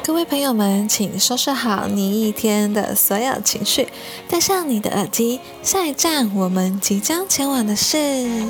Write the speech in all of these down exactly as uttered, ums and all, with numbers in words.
各位朋友们，请收拾好你一天的所有情绪，戴上你的耳机，下一站我们即将前往的是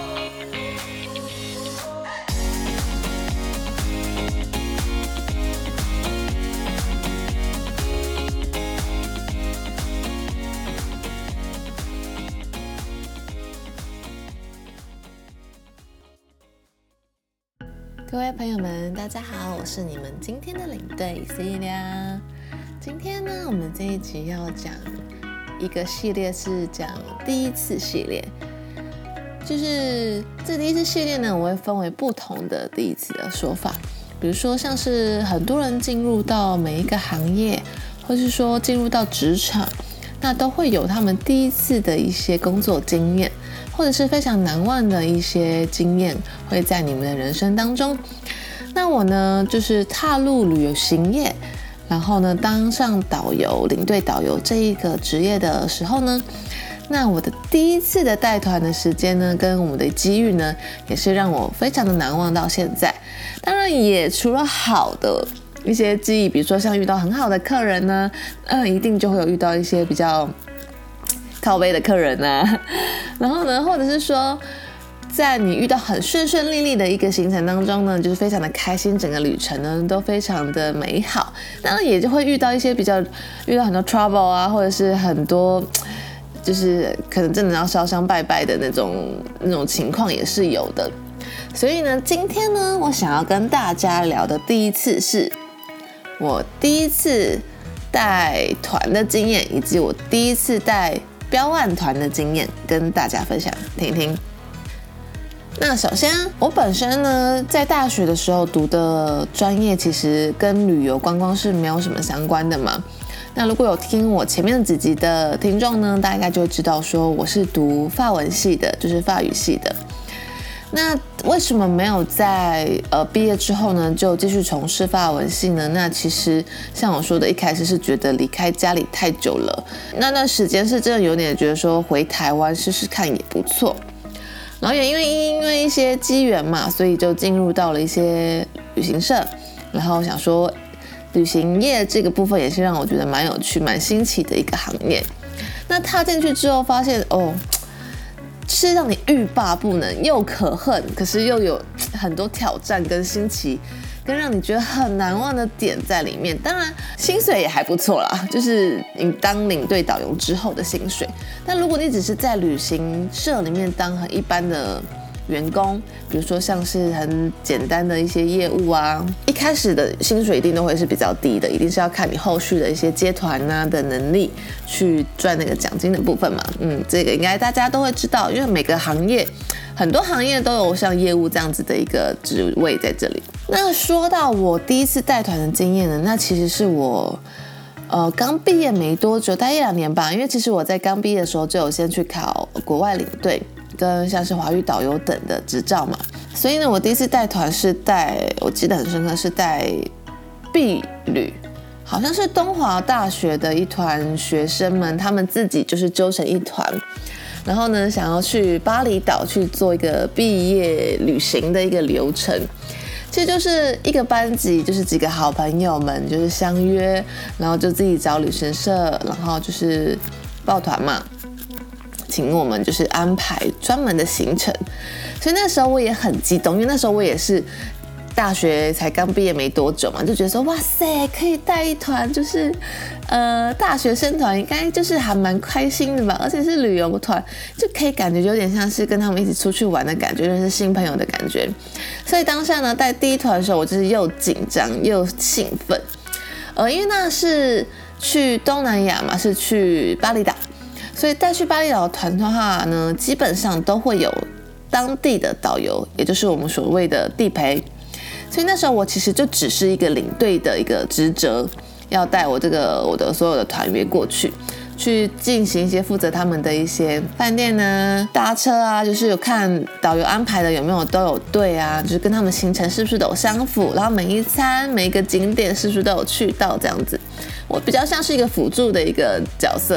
各位朋友们，大家好，我是你们今天的领队 Celia。今天呢，我们这一集要讲一个系列，是讲第一次系列。就是这第一次系列呢，我会分为不同的第一次的说法。比如说，像是很多人进入到每一个行业，或是说进入到职场，那都会有他们第一次的一些工作经验。或者是非常难忘的一些经验会在你们的人生当中。那我呢，就是踏入旅行业，然后呢当上导游、领队导游这一个职业的时候呢，那我的第一次的带团的时间呢，跟我们的机遇呢，也是让我非常的难忘到现在。当然也除了好的一些记忆，比如说像遇到很好的客人呢，嗯，一定就会有遇到一些比较靠背的客人啊，然后呢，或者是说，在你遇到很顺顺利利的一个行程当中呢，就是非常的开心，整个旅程呢都非常的美好。当然也就会遇到一些比较遇到很多 trouble 啊，或者是很多就是可能真的要烧香拜拜的那种那种情况也是有的。所以呢，今天呢，我想要跟大家聊的第一次是我第一次带团的经验，以及我第一次带标案团的经验跟大家分享听一听。那首先我本身呢在大学的时候读的专业其实跟旅游观光是没有什么相关的嘛。那如果有听我前面几集的听众呢，大概就会知道说我是读法文系的，就是法语系的。那为什么没有在呃毕业之后呢就继续从事法文系呢？那其实像我说的，一开始是觉得离开家里太久了，那段时间是真的有点觉得说回台湾试试看也不错。然后也因为因为一些机缘嘛，所以就进入到了一些旅行社，然后想说旅行业这个部分也是让我觉得蛮有趣、蛮新奇的一个行业。那踏进去之后发现哦，是让你欲罢不能，又可恨，可是又有很多挑战跟新奇，跟让你觉得很难忘的点在里面。当然薪水也还不错啦，就是你当领队导游之后的薪水。但如果你只是在旅行社里面当很一般的员工，比如说像是很简单的一些业务啊，一开始的薪水一定都会是比较低的，一定是要看你后续的一些接团啊的能力去赚那个奖金的部分嘛。嗯，这个应该大家都会知道，因为每个行业很多行业都有像业务这样子的一个职位在这里。那说到我第一次带团的经验呢，那其实是我呃刚毕业没多久，大概一两年吧，因为其实我在刚毕业的时候就有先去考国外领队跟像是华语导游等的执照嘛，所以呢，我第一次带团是带，我记得很深刻，是带毕旅，好像是东华大学的一团学生们，他们自己就是揪成一团，然后呢，想要去巴厘岛去做一个毕业旅行的一个流程。其实就是一个班级，就是几个好朋友们就是相约，然后就自己找旅行社，然后就是报团嘛。请我们就是安排专门的行程，所以那时候我也很激动，因为那时候我也是大学才刚毕业没多久嘛，就觉得说哇塞，可以带一团就是呃大学生团，应该就是还蛮开心的吧，而且是旅游团，就可以感觉有点像是跟他们一起出去玩的感觉，认识新朋友的感觉。所以当下呢带第一团的时候，我就是又紧张又兴奋，呃，因为那是去东南亚嘛，是去巴厘岛。所以带去巴厘岛的团的话呢，基本上都会有当地的导游，也就是我们所谓的地陪。所以那时候我其实就只是一个领队的一个职责，要带我这个我的所有的团员过去，去进行一些负责他们的一些饭店啊、搭车啊，就是有看导游安排的有没有都有对啊，就是跟他们行程是不是都有相符，然后每一餐每一个景点是不是都有去到这样子。我比较像是一个辅助的一个角色。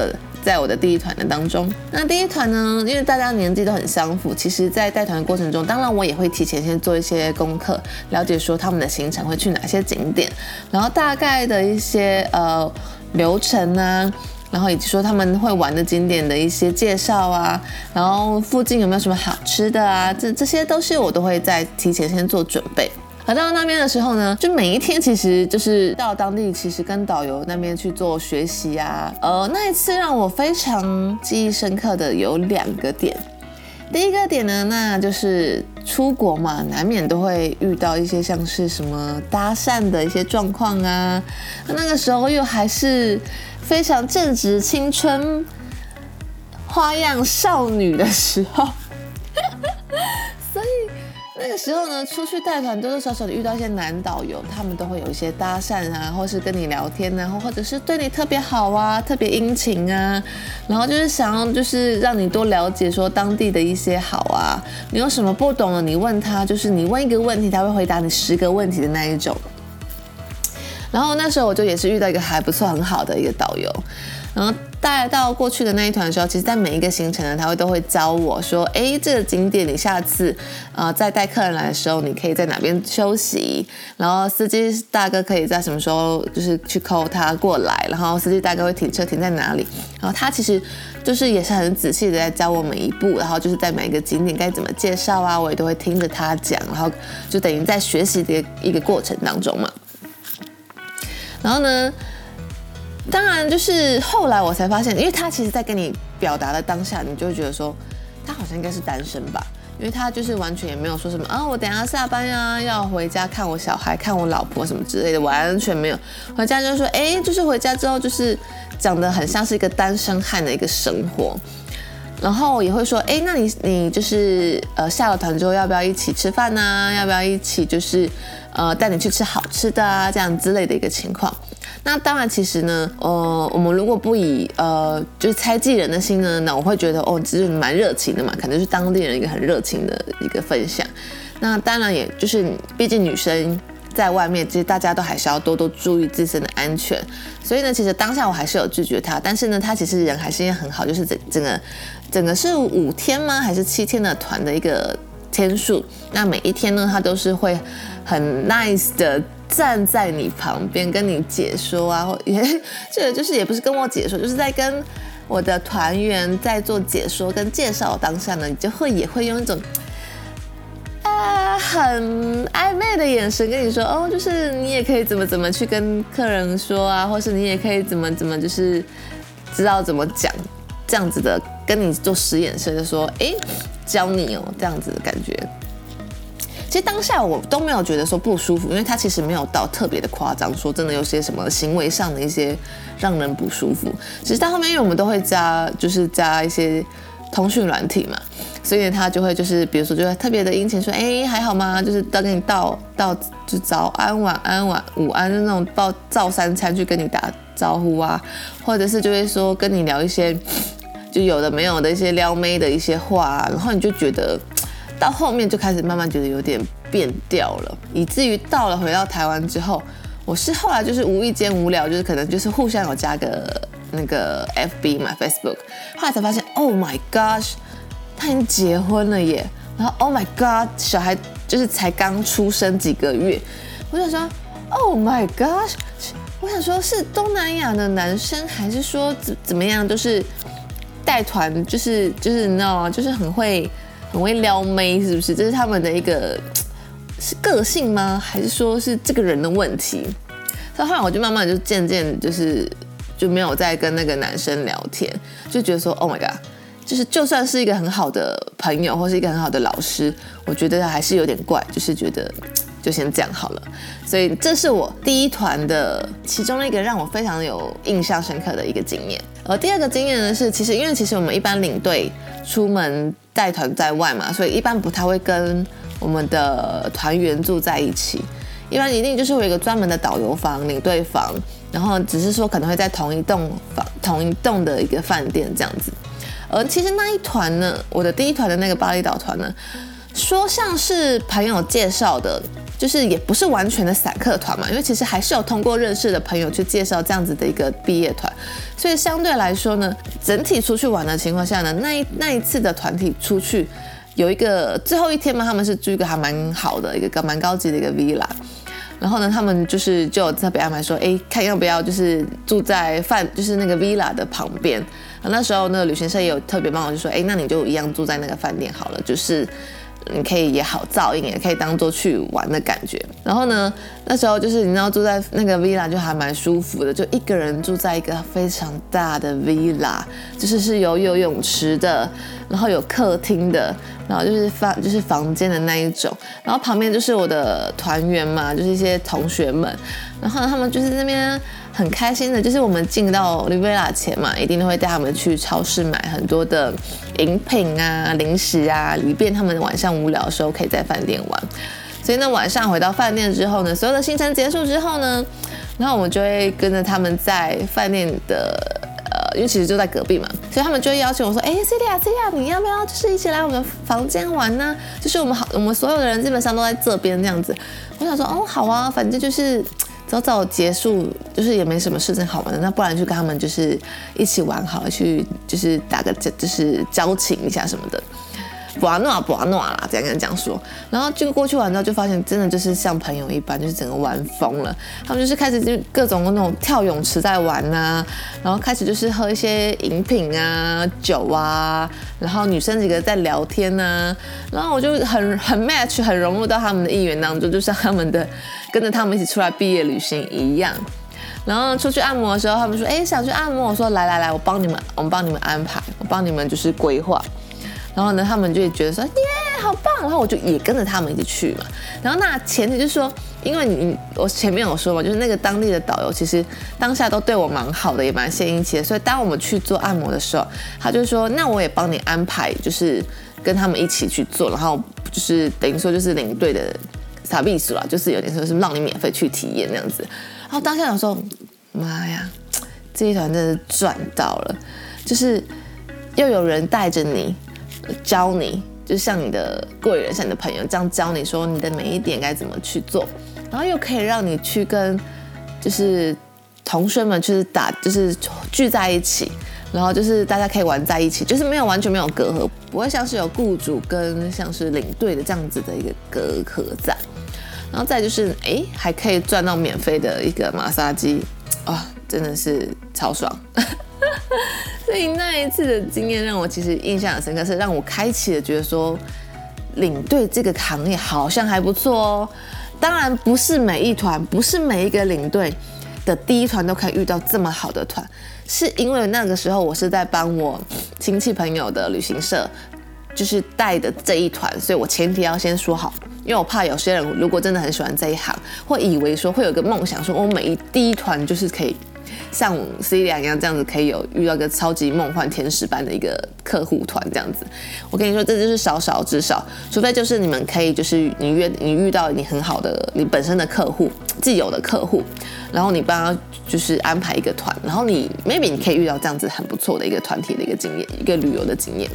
在我的第一团的当中。那第一团呢，因为大家年纪都很相符，其实在带团的过程中，当然我也会提前先做一些功课，了解说他们的行程会去哪些景点，然后大概的一些呃流程啊，然后以及说他们会玩的景点的一些介绍啊，然后附近有没有什么好吃的啊，这这些都是我都会在提前先做准备。而到那边的时候呢，就每一天其实就是到当地，其实跟导游那边去做学习啊。呃，那一次让我非常记忆深刻的有两个点。第一个点呢，那就是出国嘛，难免都会遇到一些像是什么搭讪的一些状况啊。那个时候又还是非常正值青春、花样少女的时候，所以那个时候呢，出去带团多多少少的遇到一些男导游，他们都会有一些搭讪啊，或是跟你聊天啊，或者是对你特别好啊，特别殷勤啊，然后就是想要就是让你多了解说当地的一些好啊，你有什么不懂的，你问他，就是你问一个问题，他会回答你十个问题的那一种。然后那时候我就也是遇到一个还不错很好的一个导游，然后带到过去的那一团的时候，其实在每一个行程呢，他会都会教我说，哎，这个景点你下次呃再带客人来的时候，你可以在哪边休息，然后司机大哥可以在什么时候就是去 call 他过来，然后司机大哥会停车停在哪里，然后他其实就是也是很仔细的在教我每一步，然后就是在每一个景点该怎么介绍啊，我也都会听着他讲，然后就等于在学习的一个过程当中嘛。然后呢，当然就是后来我才发现，因为他其实在跟你表达的当下，你就会觉得说他好像应该是单身吧，因为他就是完全也没有说什么啊，我等一下下班啊要回家看我小孩看我老婆什么之类的，完全没有。回家就说哎，就是回家之后就是讲得很像是一个单身汉的一个生活，然后也会说哎，那你你就是呃下了团之后要不要一起吃饭啊，要不要一起就是呃带你去吃好吃的啊，这样之类的一个情况。那当然，其实呢，呃，我们如果不以呃就是猜忌人的心呢，那我会觉得哦，其实蛮热情的嘛，可能是当地人一个很热情的一个分享。那当然，也就是毕竟女生在外面，其实大家都还是要多多注意自身的安全。所以呢，其实当下我还是有拒绝他，但是呢，他其实人还是很好，就是整整个整个是五天吗？还是七天的团的一个天数？那每一天呢，他都是会很 nice 的站在你旁边跟你解说啊，或也这个就是也不是跟我解说，就是在跟我的团员在做解说跟介绍当下呢，你就会也会用一种啊很暧昧的眼神跟你说哦，就是你也可以怎么怎么去跟客人说啊，或是你也可以怎么怎么就是知道怎么讲，这样子的跟你做使眼色，就说哎教你哦，这样子的感觉。其实当下我都没有觉得说不舒服，因为他其实没有到特别的夸张，说真的有些什么行为上的一些让人不舒服。只是到后面，因为我们都会加，就是加一些通讯软体嘛，所以他就会就是比如说就会特别的殷勤说，哎还好吗？就是都跟你道道就早安、晚安、晚午安，就那种报照三餐去跟你打招呼啊，或者是就会说跟你聊一些就有的没有的一些撩妹的一些话啊，然后你就觉得。到后面就开始慢慢觉得有点变调了，以至于到了回到台湾之后，我是后来就是无意间无聊，就是可能就是互相有加个那个 F B 嘛 Facebook， 后来才发现 Oh my gosh， 他已经结婚了耶，然后 Oh my god， 小孩就是才刚出生几个月，我想说 Oh my gosh， 我想说是东南亚的男生还是说怎怎么样，就是带团就是就是你知道吗，就是很会。很会撩妹是不是？这是他们的一个是个性吗？还是说是这个人的问题？所以后来我就慢慢就渐渐就是就没有再跟那个男生聊天，就觉得说 Oh my god， 就是就算是一个很好的朋友或是一个很好的老师，我觉得还是有点怪，就是觉得就先这样好了。所以这是我第一团的其中一个让我非常有印象深刻的一个经验。而第二个经验呢是，其实因为其实我们一般领队出门带团在外嘛，所以一般不太会跟我们的团员住在一起，一般一定就是会有一个专门的导游房、领队房，然后只是说可能会在同一栋房、同一栋的一个饭店这样子。而其实那一团呢，我的第一团的那个巴厘岛团呢，说像是朋友介绍的， 就是也不是完全的散客团嘛，因为其实还是有通过认识的朋友去介绍这样子的一个毕业团，所以相对来说呢，整体出去玩的情况下呢，那一那一次的团体出去有一个最后一天嘛，他们是住一个还蛮好的一个蛮高级的一个 villa。然后呢，他们就是就有特别安排说，哎，看要不要就是住在饭，就是那个 villa 的旁边。那时候那个旅行社也有特别帮我就说，哎，那你就一样住在那个饭店好了，就是你可以也好照应，也可以当做去玩的感觉。然后呢，那时候就是你知道住在那个 villa 就还蛮舒服的，就一个人住在一个非常大的 villa， 就是是有游泳池的，然后有客厅的。然后就是房就是房间的那一种，然后旁边就是我的团员嘛，就是一些同学们，然后他们就是那边很开心的，就是我们进到 Villa 前嘛，一定都会带他们去超市买很多的饮品啊、零食啊，以便他们晚上无聊的时候可以在饭店玩。所以呢，晚上回到饭店之后呢，所有的行程结束之后呢，然后我们就会跟着他们在饭店的。因为其实就在隔壁嘛，所以他们就会邀请我说：“哎 ，Celia Celia， 你要不要就是一起来我们房间玩呢？就是我们好，我们所有的人基本上都在这边这样子。”我想说：“哦，好啊，反正就是早早结束，就是也没什么事情好玩的，那不然就跟他们就是一起玩好了，去就是打个就是交情一下什么的。”不啊诺不啊诺啦，这样跟他讲说，然后就过去玩之后就发现真的就是像朋友一般，就是整个玩疯了。他们就是开始就各种那种跳泳池在玩啊，然后开始就是喝一些饮品啊、酒啊，然后女生几个在聊天啊，然后我就很很 match， 很融入到他们的意愿当中，就像他们的跟着他们一起出来毕业旅行一样。然后出去按摩的时候，他们说：“哎，想去按摩。”我说：“来来来，我帮你们，我们帮你们安排，我帮你们就是规划。”然后呢，他们就会觉得说耶，好棒，然后我就也跟着他们一起去嘛。然后那前提就是说，因为你我前面有说嘛，就是那个当地的导游其实当下都对我蛮好的，也蛮献殷勤的。所以当我们去做按摩的时候，他就说，那我也帮你安排，就是跟他们一起去做，然后就是等于说就是领队的傻逼数啦，就是有点说是让你免费去体验那样子。然后当下想说，妈呀，这一团真的是赚到了，就是又有人带着你。教你，就像你的贵人，像你的朋友这样教你说你的每一点该怎么去做，然后又可以让你去跟就是同学们就是打就是聚在一起，然后就是大家可以玩在一起，就是没有完全没有隔阂，不会像是有雇主跟像是领队的这样子的一个隔阂在。然后再就是哎，还可以赚到免费的一个马杀鸡啊、哦，真的是超爽。所以那一次的经验让我其实印象很深刻，是让我开启了觉得说领队这个行业好像还不错哦。当然不是每一团，不是每一个领队的第一团都可以遇到这么好的团，是因为那个时候我是在帮我亲戚朋友的旅行社就是带的这一团，所以我前提要先说好，因为我怕有些人如果真的很喜欢这一行，会以为说会有一个梦想，说我每一第一团就是可以像 Celia 一样这样子，可以有遇到一个超级梦幻天使般的一个客户团这样子。我跟你说，这就是少少之少，除非就是你们可以就是你约你遇到你很好的你本身的客户，既有的客户，然后你帮他就是安排一个团，然后你 maybe 你可以遇到这样子很不错的一个团体的一个经验，一个旅游的经验。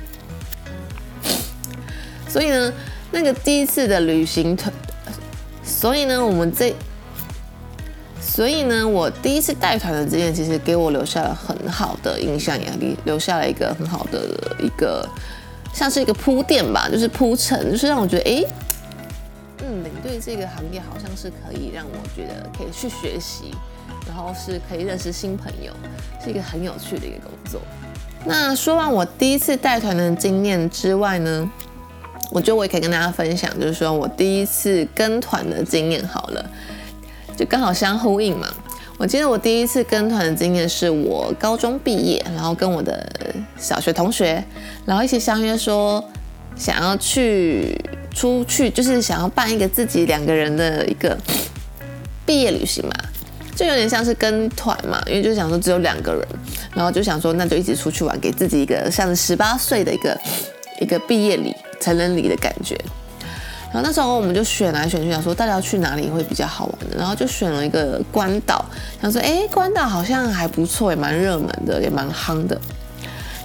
所以呢，那个第一次的旅行团，所以呢，我们这。所以呢，我第一次带团的经验，其实给我留下了很好的印象，也留下了一个很好的一个，像是一个铺垫吧，就是铺陈，就是让我觉得，哎，嗯，领队这个行业好像是可以让我觉得可以去学习，然后是可以认识新朋友，是一个很有趣的一个工作。那说完我第一次带团的经验之外呢，我觉得我也可以跟大家分享，就是说我第一次跟团的经验好了。就刚好相呼应嘛。我记得我第一次跟团的经验是我高中毕业，然后跟我的小学同学，然后一起相约说想要去出去，就是想要办一个自己两个人的一个毕业旅行嘛，就有点像是跟团嘛，因为就想说只有两个人，然后就想说那就一起出去玩，给自己一个像是十八岁的一个一个毕业礼、成人礼的感觉。然后那时候我们就选来选去，想说大家要去哪里会比较好玩的，然后就选了一个关岛，想说哎，关岛好像还不错，也蛮热门的，也蛮夯的。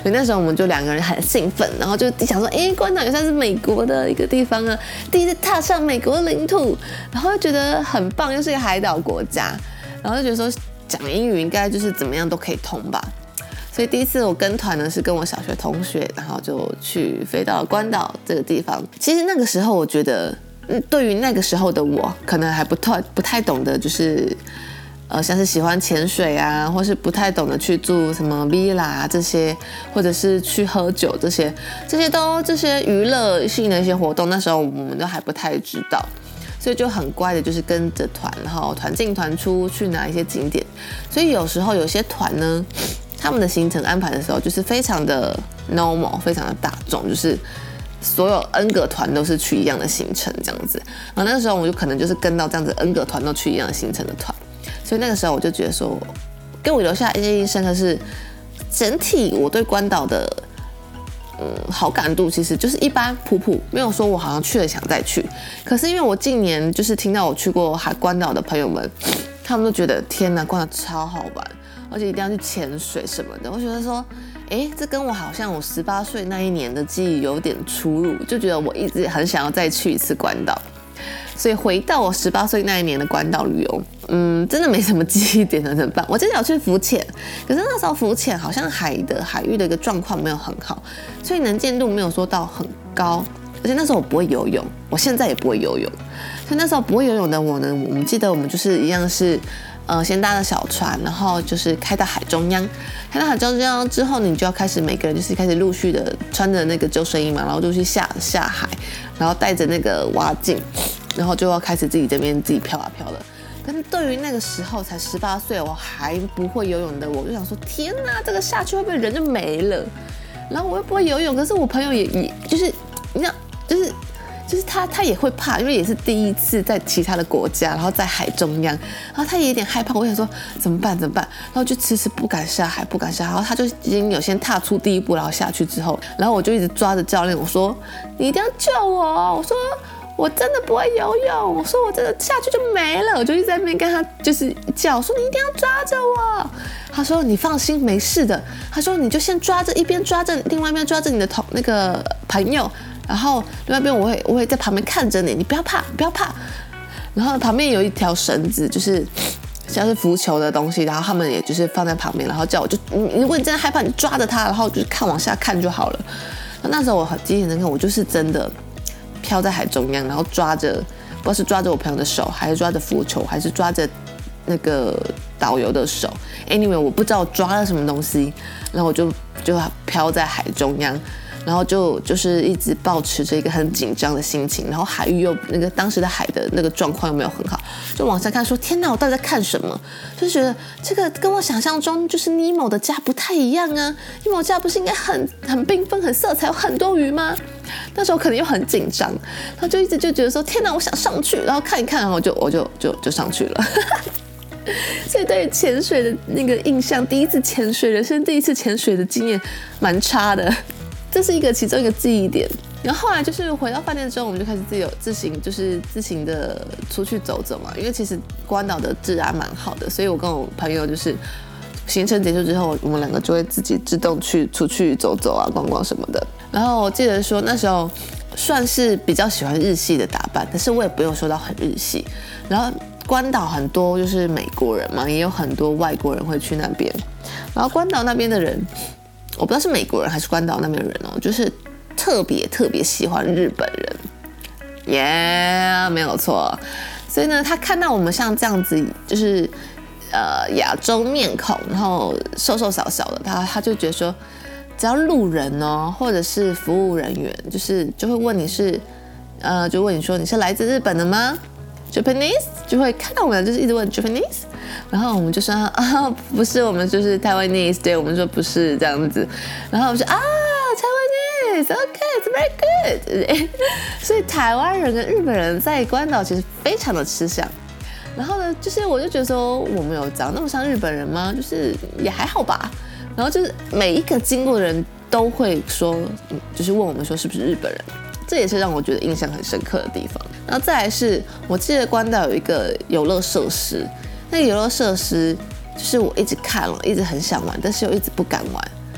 所以那时候我们就两个人很兴奋，然后就想说，哎，关岛也算是美国的一个地方啊，第一次踏上美国的领土，然后就觉得很棒，又是一个海岛国家，然后就觉得说讲英语应该就是怎么样都可以通吧。所以第一次我跟团呢是跟我小学同学，然后就去飞到关岛这个地方。其实那个时候我觉得，嗯，对于那个时候的我，可能还不太不太懂得，就是呃，像是喜欢潜水啊，或是不太懂得去住什么 villa 啊这些，或者是去喝酒这些，这些都这些娱乐性的一些活动，那时候我们都还不太知道。所以就很乖的，就是跟着团，然后团进团出去哪一些景点。所以有时候有些团呢，他们的行程安排的时候就是非常的 normal， 非常的大众，就是所有 N 个团都是去一样的行程这样子。然后那个时候我就可能就是跟到这样子 N 个团都去一样的行程的团，所以那个时候我就觉得说，给我留下一些印象深刻是，整体我对关岛的嗯好感度其实就是一般普普，没有说我好像去了想再去。可是因为我近年就是听到我去过海关岛的朋友们，他们都觉得天哪，关岛超好玩，而且一定要去潜水什么的。我觉得说，哎，这跟我好像我十八岁那一年的记忆有点出入，就觉得我一直很想要再去一次关岛。所以回到我十八岁那一年的关岛旅游，嗯，真的没什么记忆点了，怎么办？我真的有去浮潜，可是那时候浮潜好像海的海域的一个状况没有很好，所以能见度没有说到很高，而且那时候我不会游泳，我现在也不会游泳，所以那时候不会游泳的我呢，我们记得我们就是一样是。呃，先搭了小船，然后就是开到海中央，开到海中央之后，你就要开始每个人就是开始陆续的穿着那个救生衣嘛，然后陆续下下海，然后带着那个蛙镜，然后就要开始自己这边自己飘啊飘了。但是对于那个时候才十八岁，我还不会游泳的我，我就想说，天哪，这个下去会不会人就没了？然后我又不会游泳，可是我朋友也也就是你知道，就是。就是他，他也会怕，因为也是第一次在其他的国家，然后在海中央，然后他也有点害怕。我想说怎么办？怎么办？然后就迟迟不敢下海，不敢下海。然后他就已经有先踏出第一步，然后下去之后，然后我就一直抓着教练，我说你一定要救我！我说我真的不会游泳，我说我真的下去就没了。我就一直在那边跟他就是叫，说你一定要抓着我。他说你放心，没事的。他说你就先抓着，一边抓着，另外一边抓着你的同那个朋友。然后另外一边我会我会在旁边看着你，你不要怕，不要怕。然后旁边有一条绳子，就是像是浮球的东西，然后他们也就是放在旁边，然后叫我就，如果你真的害怕，你抓着它，然后就是看往下看就好了。那时候我很记忆很深刻，我就是真的飘在海中央，然后抓着，不知道是抓着我朋友的手，还是抓着浮球，还是抓着那个导游的手。Anyway， 我不知道我抓了什么东西，然后我就就飘在海中央。然后就就是一直保持着一个很紧张的心情，然后海域又那个当时的海的那个状况又没有很好，就往下看说天哪，我到底在看什么？就觉得这个跟我想象中就是尼莫的家不太一样啊，尼莫家不是应该很很缤纷、很色彩，有很多鱼吗？那时候可能又很紧张，然后就一直就觉得说天哪，我想上去，然后看一看，然后就我就就就上去了。所以对于潜水的那个印象，第一次潜水，人生第一次潜水的经验蛮差的。这是一个其中一个记忆点，然后后来就是回到饭店之后，我们就开始自由自行，就是自行的出去走走嘛。因为其实关岛的治安蛮好的，所以我跟我朋友就是行程结束之后，我们两个就会自己自动去出去走走啊、逛逛什么的。然后我记得说那时候算是比较喜欢日系的打扮，但是我也不用说到很日系。然后关岛很多就是美国人嘛，也有很多外国人会去那边。然后关岛那边的人。我不知道是美国人还是关岛那边的人哦，就是特别特别喜欢日本人，耶、yeah, 没有错。所以呢，他看到我们像这样子，就是呃亚洲面孔，然后瘦瘦小小的，他他就觉得说，只要路人哦，或者是服务人员，就是就会问你是呃，就问你说你是来自日本的吗？ Japanese 就会看到我们就是一直问 Japanese， 然后我们就说啊不是，我们就是 Taiwanese， 对，我们说不是这样子，然后我们说啊 Taiwanese OK it's very good 所以台湾人跟日本人在关岛其实非常的吃香。然后呢，就是我就觉得说我们有长那么像日本人吗？就是也还好吧。然后就是每一个经过的人都会说，就是问我们说是不是日本人。这也是让我觉得印象很深刻的地方。然后再来是，我记得关岛有一个游乐设施，那个游乐设施就是我一直看了，一直很想玩，但是又一直不敢玩。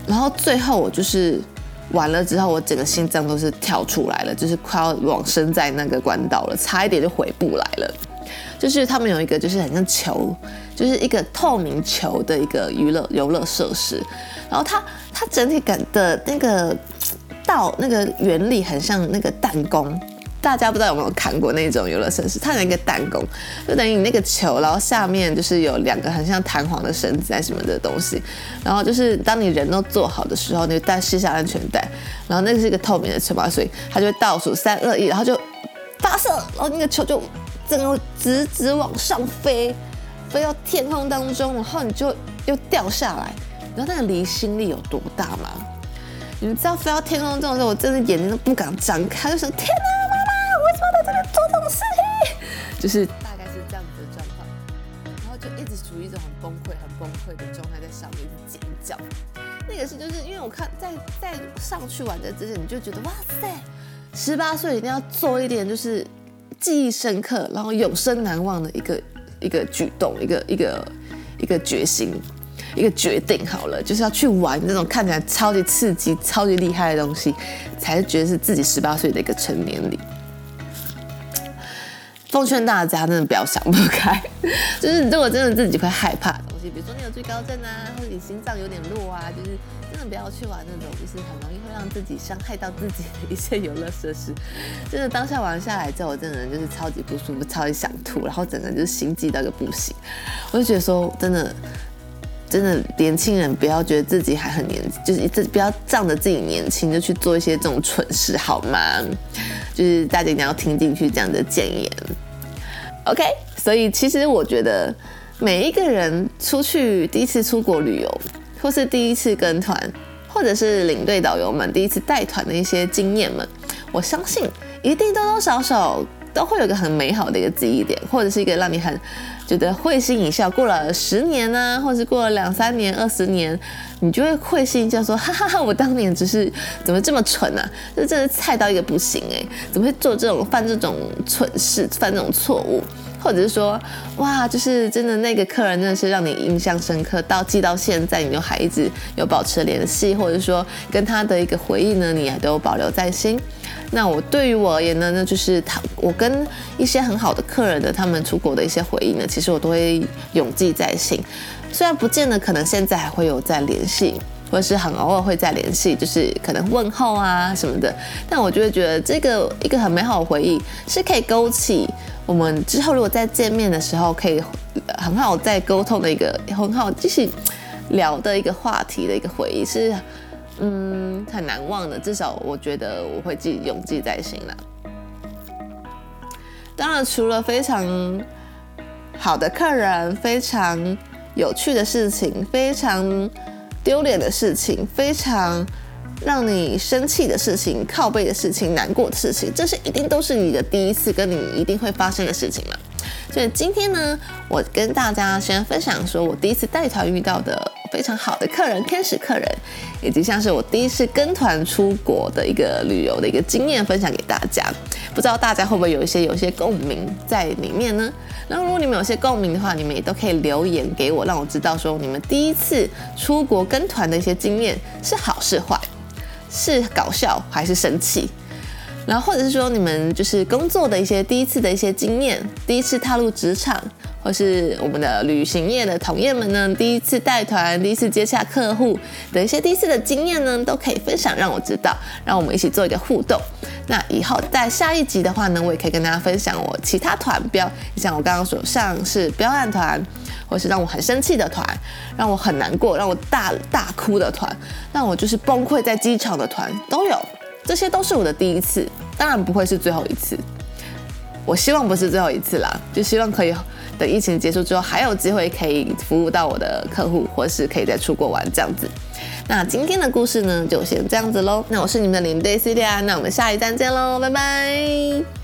然后最后我就是完了之后，我整个心脏都是跳出来了，就是快要往生在那个关岛了，差一点就回不来了。就是他们有一个就是很像球，就是一个透明球的一个娱乐游乐设施，然后它它整体感的那个道那个原理很像那个弹弓。大家不知道有没有看过那种游乐设施？它有一个弹弓，就等于你那个球，然后下面就是有两个很像弹簧的绳子啊什么的东西，然后就是当你人都做好的时候，你就戴系下安全带，然后那个是一个透明的球嘛，所以它就会倒数三二一，然后就发射，然后那个球就整个直直往上飞，飞到天空当中，然后你就又掉下来，然后那个离心力有多大吗？你们知道飞到天空中的时候，我真的眼睛都不敢张开，就想天哪！为什么在这边做这种事情？就是大概是这样子的状况，然后就一直处于一种很崩溃、很崩溃的状态，在上面一直尖叫。那个是就是因为我看在在上去玩的之前，你就觉得哇塞，十八岁一定要做一点就是记忆深刻，然后永生难忘的一个一个举动，一个一个一个决心。一个决定好了，就是要去玩那种看起来超级刺激、超级厉害的东西，才是觉得是自己十八岁的一个成年礼。奉劝大家真的不要想不开，就是如果真的自己会害怕的东西，比如说你有惧高症啊，或者你心脏有点弱啊，就是真的不要去玩那种就是很容易会让自己伤害到自己的一些游乐设施。真的当下玩下来之后，我真的就是超级不舒服，超级想吐，然后整个就是心悸到一个不行。我就觉得说，真的。真的，年轻人不要觉得自己还很年，就是不要仗着自己年轻就去做一些这种蠢事，好吗？就是大家一定要听进去这样的谏言。OK， 所以其实我觉得每一个人出去第一次出国旅游，或是第一次跟团，或者是领队导游们第一次带团的一些经验们，我相信一定多多少少都会有一个很美好的一个记忆点，或者是一个让你很觉得会心一笑。过了十年啊，或者是过了两三年、二十年，你就会会心一笑说：“哈哈哈，我当年只是怎么这么蠢啊？就真的菜到一个不行哎、欸，怎么会做这种犯这种蠢事、犯这种错误？”或者是说，哇，就是真的那个客人真的是让你印象深刻，到记到现在，你都还一直有保持联系，或者说跟他的一个回忆呢，你还都保留在心。那我对于我而言呢，那就是他，我跟一些很好的客人的他们出国的一些回忆呢，其实我都会永记在心。虽然不见得可能现在还会有在联系，或者是很偶尔会再联系，就是可能问候啊什么的，但我就会觉得这个一个很美好的回忆，是可以勾起我们之后如果再见面的时候，可以很好再沟通的一个很好继续聊的一个话题的一个回忆，是嗯很难忘的，至少我觉得我会记永记在心啦。当然，除了非常好的客人，非常有趣的事情，非常丢脸的事情，非常让你生气的事情，靠背的事情，难过的事情，这是一定都是你的第一次，跟你一定会发生的事情嘛。所以今天呢，我跟大家先分享说我第一次带团遇到的非常好的客人，天使客人，以及像是我第一次跟团出国的一个旅游的一个经验分享给大家。不知道大家会不会有一些有一些共鸣在里面呢？然后如果你们有些共鸣的话，你们也都可以留言给我，让我知道说你们第一次出国跟团的一些经验是好是坏，是搞笑还是生气。然后或者是说你们就是工作的一些第一次的一些经验，第一次踏入职场，或是我们的旅行业的同业们呢，第一次带团，第一次接洽客户的一些第一次的经验呢，都可以分享让我知道，让我们一起做一个互动。那以后在下一集的话呢，我也可以跟大家分享我其他团标，像我刚刚说像是标案团，或是让我很生气的团，让我很难过，让我大大哭的团，让我就是崩溃在机场的团都有。这些都是我的第一次，当然不会是最后一次。我希望不是最后一次啦，就希望可以等疫情结束之后，还有机会可以服务到我的客户，或是可以再出国玩这样子。那今天的故事呢，就先这样子咯。那我是你们的领队 Celia， 那我们下一站见咯，拜拜。